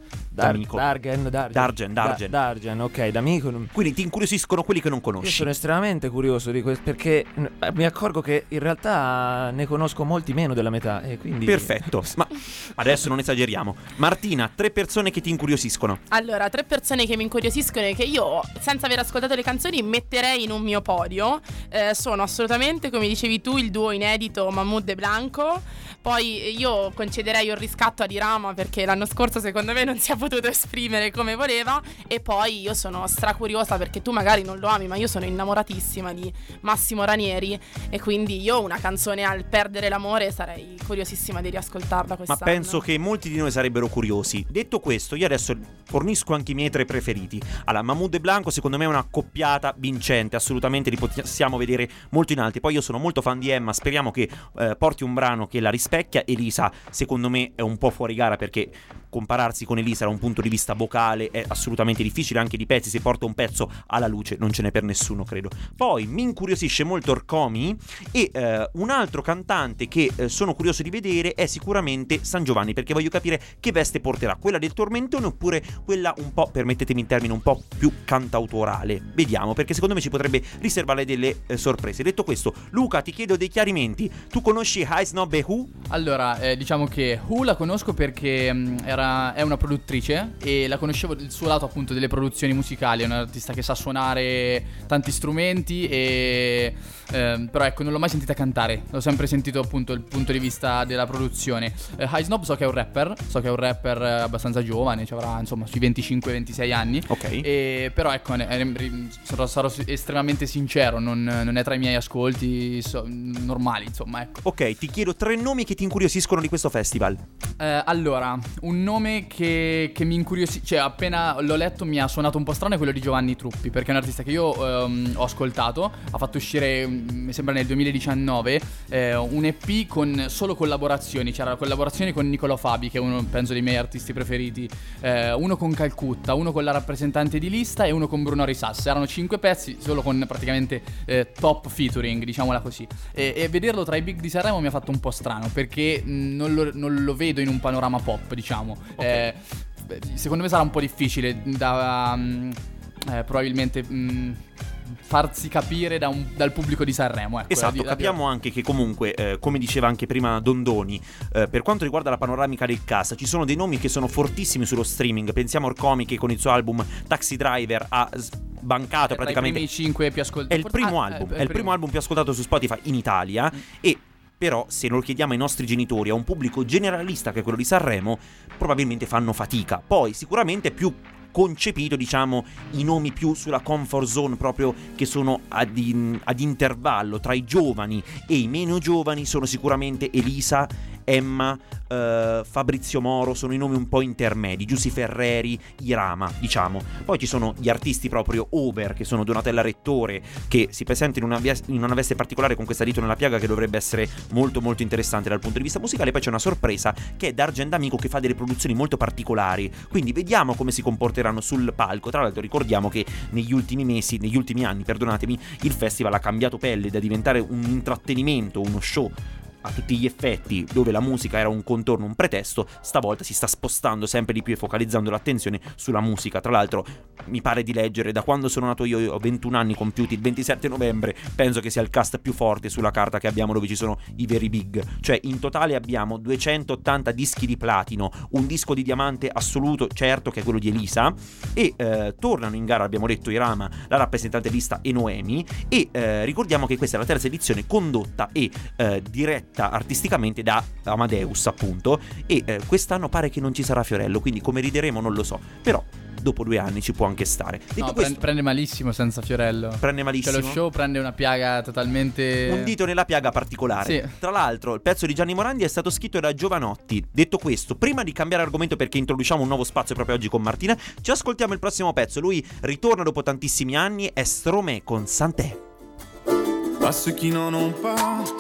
ok, d'amico. Quindi ti incuriosiscono quelli che non conosci. Io sono estremamente curioso di questo, perché mi accorgo che in realtà ne conosco molti meno della metà, e quindi... Perfetto, ma adesso non esageriamo. Martina, 3 persone che ti incuriosiscono. Allora, 3 persone che mi incuriosiscono e che io, senza aver ascoltato le canzoni, metterei in un mio podio. Sono assolutamente, come dicevi tu, il duo inedito Mahmood e Blanco. Poi io concederei un riscatto ad Irama, perché l'anno scorso secondo me non si è potuto esprimere come voleva. E poi io sono stracuriosa, perché tu magari non lo ami, ma io sono innamoratissima di Massimo Ranieri, e quindi io una canzone al perdere l'amore sarei curiosissima di riascoltarla quest'anno. Ma penso che molti di noi sarebbero curiosi. Detto questo, io adesso fornisco anche i miei 3 preferiti. Allora, Mahmood e Blanco secondo me è una coppiata vincente, assolutamente li possiamo vedere molto in alti. Poi io sono molto fan di Emma, speriamo che porti un brano che la rispecchia. Elisa secondo me è un po' fuori gara, perché compararsi con Elisa da un punto di vista vocale è assolutamente difficile, anche di pezzi, se porta un pezzo alla luce non ce n'è per nessuno, credo. Poi mi incuriosisce molto Orcomi, e un altro cantante che sono curioso di vedere è sicuramente San Giovanni, perché voglio capire che veste porterà, quella del tormentone oppure quella un po', permettetemi il termine, un po' più cantautorale. Vediamo, perché secondo me ci potrebbe riservare delle sorprese. Detto questo, Luca, ti chiedo dei chiarimenti. Tu conosci High Snob e Who? Allora, diciamo che Who la conosco perché è una produttrice, e la conoscevo il suo lato appunto delle produzioni musicali. È un artista che sa suonare tanti strumenti, e però ecco, non l'ho mai sentita cantare. L'ho sempre sentito appunto il punto di vista della produzione. High Snob so che è un rapper abbastanza giovane, cioè avrà insomma sui 25-26 anni. Ok. Però ecco, sarò estremamente sincero, non è tra i miei ascolti normali, insomma, ecco. Ok, ti chiedo 3 nomi che ti incuriosiscono di questo festival. Allora, un nome che mi incuriosisce, cioè appena l'ho letto mi ha suonato un po' strano, è quello di Giovanni Truppi, perché è un artista che io ho ascoltato. Ha fatto uscire, mi sembra nel 2019, un EP con solo collaborazioni. C'era collaborazioni con Nicolò Fabi, che è uno, penso, dei miei artisti preferiti, uno con Calcutta, uno con la rappresentante di lista e uno con Bruno Risas. Erano 5 pezzi, solo con praticamente top featuring, diciamola così. E vederlo tra i big di Sanremo mi ha fatto un po' strano, perché non lo vedo in un panorama pop, diciamo. Okay. Secondo me sarà un po' difficile da probabilmente farsi capire dal pubblico di Sanremo, ecco. Esatto, capiamo anche che comunque, come diceva anche prima Dondoni, per quanto riguarda la panoramica del cast, ci sono dei nomi che sono fortissimi sullo streaming. Pensiamo a Orcomi, che con il suo album Taxi Driver ha sbancato praticamente i primi 5 più ascoltati. È il primo album più ascoltato su Spotify in Italia. E però se lo chiediamo ai nostri genitori, a un pubblico generalista che è quello di Sanremo, probabilmente fanno fatica. Poi sicuramente è più concepito, diciamo, i nomi più sulla comfort zone, proprio che sono ad intervallo tra i giovani e i meno giovani, sono sicuramente Elisa Emma, Fabrizio Moro sono i nomi un po' intermedi, Giussi Ferreri, Irama, diciamo. Poi ci sono gli artisti proprio over, che sono Donatella Rettore, che si presenta in una veste particolare con questa dito nella piaga che dovrebbe essere molto molto interessante dal punto di vista musicale. Poi c'è una sorpresa che è D'Argent Amico, che fa delle produzioni molto particolari, quindi vediamo come si comporteranno sul palco. Tra l'altro ricordiamo che negli ultimi anni, perdonatemi, il festival ha cambiato pelle da diventare un intrattenimento, uno show a tutti gli effetti, dove la musica era un contorno, un pretesto. Stavolta si sta spostando sempre di più e focalizzando l'attenzione sulla musica. Tra l'altro mi pare di leggere, da quando sono nato io ho 21 anni compiuti il 27 novembre, penso che sia il cast più forte sulla carta che abbiamo, dove ci sono i veri big. Cioè in totale abbiamo 280 dischi di platino, un disco di diamante assoluto, certo, che è quello di Elisa, e tornano in gara, abbiamo detto, Irama, la rappresentante lista, e Noemi. E ricordiamo che questa è la terza edizione, condotta e diretta artisticamente da Amadeus, appunto, e quest'anno pare che non ci sarà Fiorello, quindi come rideremo non lo so, però dopo 2 anni ci può anche stare. No, prende malissimo senza Fiorello. Prende malissimo. Cioè lo show prende una piaga totalmente... un dito nella piaga particolare. Sì. Tra l'altro il pezzo di Gianni Morandi è stato scritto da Giovanotti. Detto questo, prima di cambiare argomento, perché introduciamo un nuovo spazio proprio oggi con Martina, ci ascoltiamo il prossimo pezzo. Lui ritorna dopo tantissimi anni, è Stromae con Santé. À ceux qui n'en ont pas,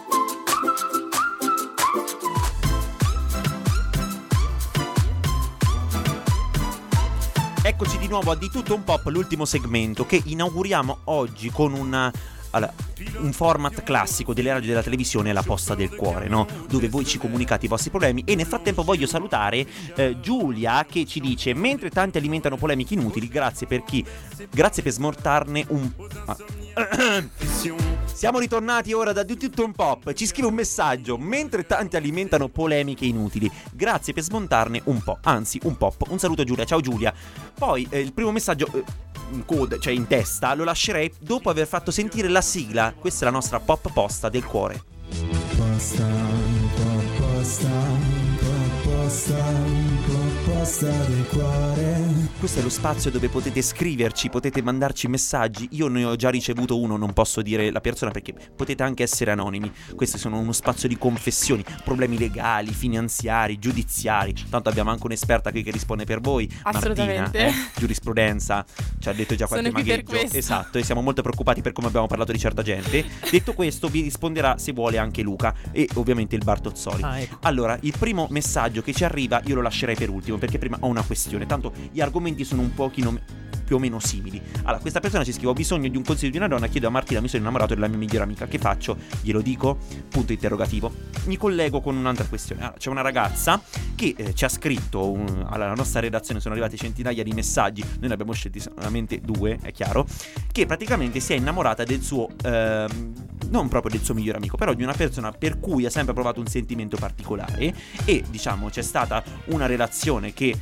Eccoci di nuovo a Di Tutto Un Pop, l'ultimo segmento che inauguriamo oggi con un format classico delle radio e della televisione, la posta del cuore, no? Dove voi ci comunicate i vostri problemi. E nel frattempo voglio salutare Giulia, che ci dice: mentre tanti alimentano polemiche inutili, grazie per smortarne un... Siamo ritornati ora da Di Tutto Un Pop. Ci scrive un messaggio: mentre tanti alimentano polemiche inutili, grazie per smontarne un po', anzi un pop. Un saluto a Giulia, ciao Giulia. Poi il primo messaggio in code, cioè in testa, lo lascerei dopo aver fatto sentire la sigla. Questa è la nostra pop posta del cuore. posta del cuore. Questo è lo spazio dove potete scriverci, potete mandarci messaggi. Io ne ho già ricevuto uno, non posso dire la persona perché potete anche essere anonimi. Questi sono uno spazio di confessioni, problemi legali, finanziari, giudiziari. Tanto abbiamo anche un'esperta qui che risponde per voi, assolutamente. Martina, giurisprudenza, ci ha detto già qualche Sono qui per magheggio. questo. Esatto, e siamo molto preoccupati per come abbiamo parlato di certa gente. Detto questo, vi risponderà se vuole anche Luca e ovviamente il Bartozzoli. Ecco. Allora, il primo messaggio che ci arriva io lo lascerei per ultimo, perché prima ho una questione. Tanto gli argomenti sono un pochino più o meno simili. Allora, questa persona ci scrive: ho bisogno di un consiglio di una donna, chiedo a Martina, mi sono innamorato della mia migliore amica, che faccio? Glielo dico? Punto interrogativo. Mi collego con un'altra questione. Allora, c'è una ragazza che ci ha scritto alla nostra redazione, sono arrivati centinaia di messaggi, noi ne abbiamo scelti solamente 2, è chiaro, che praticamente si è innamorata del suo non proprio del suo migliore amico, però di una persona per cui ha sempre provato un sentimento particolare. E diciamo c'è stata una relazione che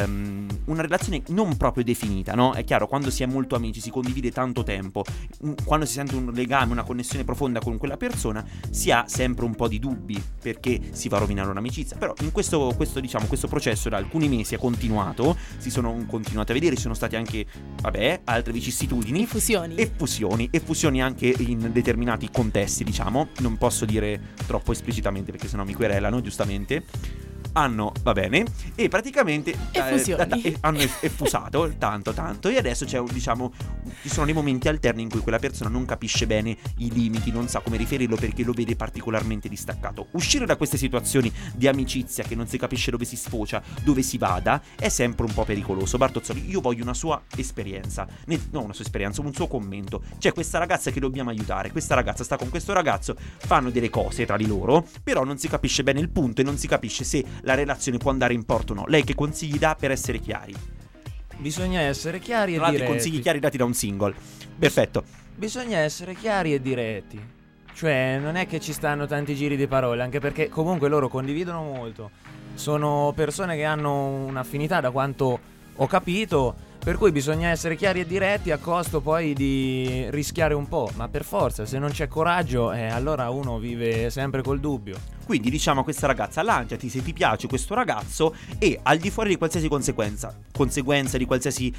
una relazione non proprio definita, no? È chiaro, quando si è molto amici, si condivide tanto tempo, quando si sente un legame, una connessione profonda con quella persona, si ha sempre un po' di dubbi perché si va a rovinare un'amicizia. Però in questo processo da alcuni mesi è continuato, si sono continuati a vedere, ci sono stati anche altre vicissitudini e fusioni anche in determinati contesti, diciamo, non posso dire troppo esplicitamente perché sennò mi querelano, giustamente. Va bene, e praticamente hanno effusato tanto, e adesso ci sono dei momenti alterni in cui quella persona non capisce bene i limiti, non sa come riferirlo perché lo vede particolarmente distaccato. Uscire da queste situazioni di amicizia che non si capisce dove si sfocia, dove si vada, è sempre un po' pericoloso. Bartozzoli, io voglio una sua esperienza, un suo commento. C'è questa ragazza che dobbiamo aiutare, questa ragazza sta con questo ragazzo, fanno delle cose tra di loro, però non si capisce bene il punto e non si capisce se la relazione può andare in porto o no. Lei che consigli dà per essere chiari? Bisogna essere chiari e Tra l'altro, diretti. consigli chiari dati da un single. Perfetto. Bisogna essere chiari e diretti. Cioè, non è che ci stanno tanti giri di parole, anche perché comunque loro condividono molto. Sono persone che hanno un'affinità, da quanto ho capito, per cui bisogna essere chiari e diretti a costo poi di rischiare un po'. Ma per forza, se non c'è coraggio, allora uno vive sempre col dubbio. Quindi diciamo a questa ragazza: lanciati se ti piace questo ragazzo, e al di fuori di qualsiasi conseguenza di qualsiasi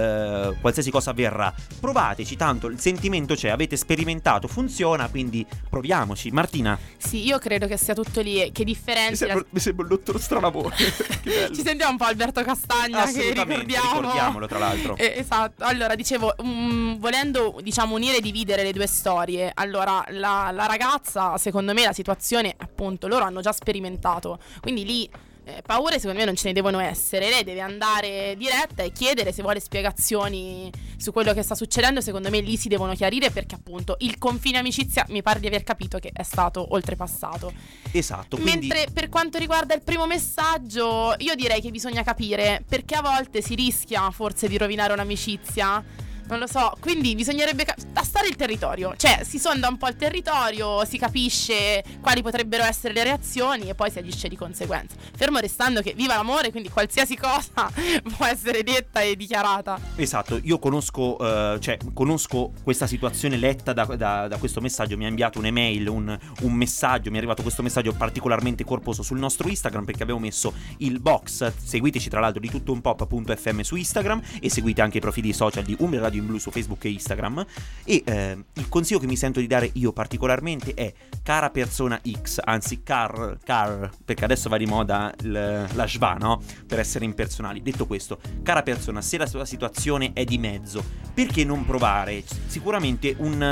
cosa avverrà, provateci, tanto il sentimento c'è, avete sperimentato, funziona, quindi proviamoci. Martina? Sì, io credo che sia tutto lì. Che differenza. Mi sembra il dottor Stranamore. Ci sentiamo un po' Alberto Castagna, che ricordiamolo tra l'altro. Esatto. Allora, dicevo, volendo diciamo unire e dividere le due storie, allora la ragazza, secondo me la situazione, appunto, loro hanno già sperimentato, quindi lì paure secondo me non ce ne devono essere. Lei deve andare diretta e chiedere se vuole spiegazioni su quello che sta succedendo. Secondo me lì si devono chiarire, perché appunto il confine amicizia mi pare di aver capito che è stato oltrepassato. Esatto. Mentre per quanto riguarda il primo messaggio, io direi che bisogna capire, perché a volte si rischia forse di rovinare un'amicizia. Non lo so, quindi bisognerebbe tastare il territorio. Cioè, si sonda un po' il territorio, si capisce quali potrebbero essere le reazioni e poi si agisce di conseguenza. Fermo restando che viva l'amore, quindi qualsiasi cosa può essere detta e dichiarata. Esatto, io conosco questa situazione letta da questo messaggio. Mi ha inviato un'email, un messaggio, mi è arrivato questo messaggio particolarmente corposo sul nostro Instagram, perché abbiamo messo il box. Seguiteci tra l'altro di tuttounpop.fm su Instagram, e seguite anche i profili social di Umbria Radio in Blu su Facebook e Instagram. E il consiglio che mi sento di dare io particolarmente è: cara persona X, anzi car, perché adesso va di moda la schwa, no? Per essere impersonali. Detto questo, cara persona, se la sua situazione è di mezzo, perché non provare? Sicuramente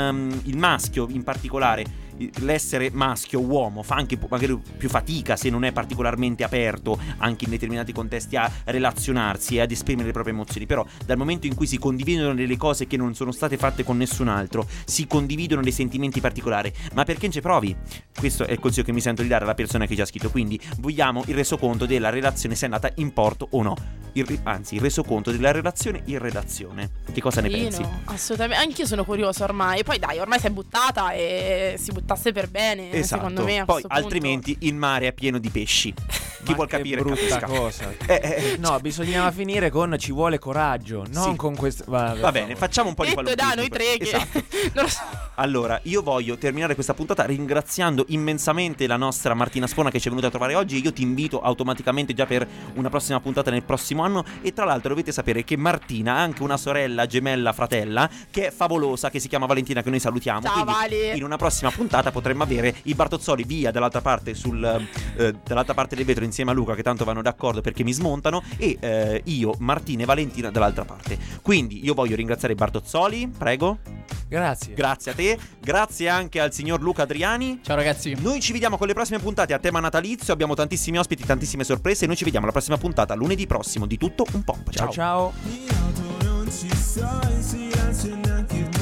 il maschio in particolare, l'essere maschio uomo, fa anche magari più fatica, se non è particolarmente aperto anche in determinati contesti a relazionarsi e ad esprimere le proprie emozioni. Però dal momento in cui si condividono delle cose che non sono state fatte con nessun altro, si condividono dei sentimenti particolari, ma perché non ci provi? Questo è il consiglio che mi sento di dare alla persona che ci ha scritto. Quindi vogliamo il resoconto della relazione, se è andata in porto o no. Anzi, il resoconto della relazione in redazione. Che cosa ne pensi? Assolutamente, anch'io sono curiosa ormai. Poi dai, ormai si è buttata e si buttasse per bene, esatto. Secondo me. Poi altrimenti il mare è pieno di pesci. Chi vuol capire, brutta capisca. cosa. No, bisognava finire con ci vuole coraggio, non con questo. Va bene, facciamo un po' di qualunquismo. Da noi tre che esatto. Non lo so. Allora, io voglio terminare questa puntata ringraziando immensamente la nostra Martina Spona che ci è venuta a trovare oggi. Io ti invito automaticamente già per una prossima puntata nel prossimo anno. E tra l'altro dovete sapere che Martina ha anche una sorella gemella fratella che è favolosa, che si chiama Valentina, che noi salutiamo. Ciao, quindi Vale. in una prossima puntata potremmo avere i Bartozzoli via dall'altra parte dall'altra parte del vetro insieme a Luca, che tanto vanno d'accordo perché mi smontano, e io, Martina e Valentina dall'altra parte. Quindi io voglio ringraziare i Bartozzoli, prego. Grazie a te. Grazie anche al signor Luca Adriani. Ciao ragazzi. Noi ci vediamo con le prossime puntate a tema natalizio. Abbiamo tantissimi ospiti, tantissime sorprese. E noi ci vediamo alla prossima puntata lunedì prossimo di Tutto un po'. Ciao. In auto non ci sto, in silenzio neanche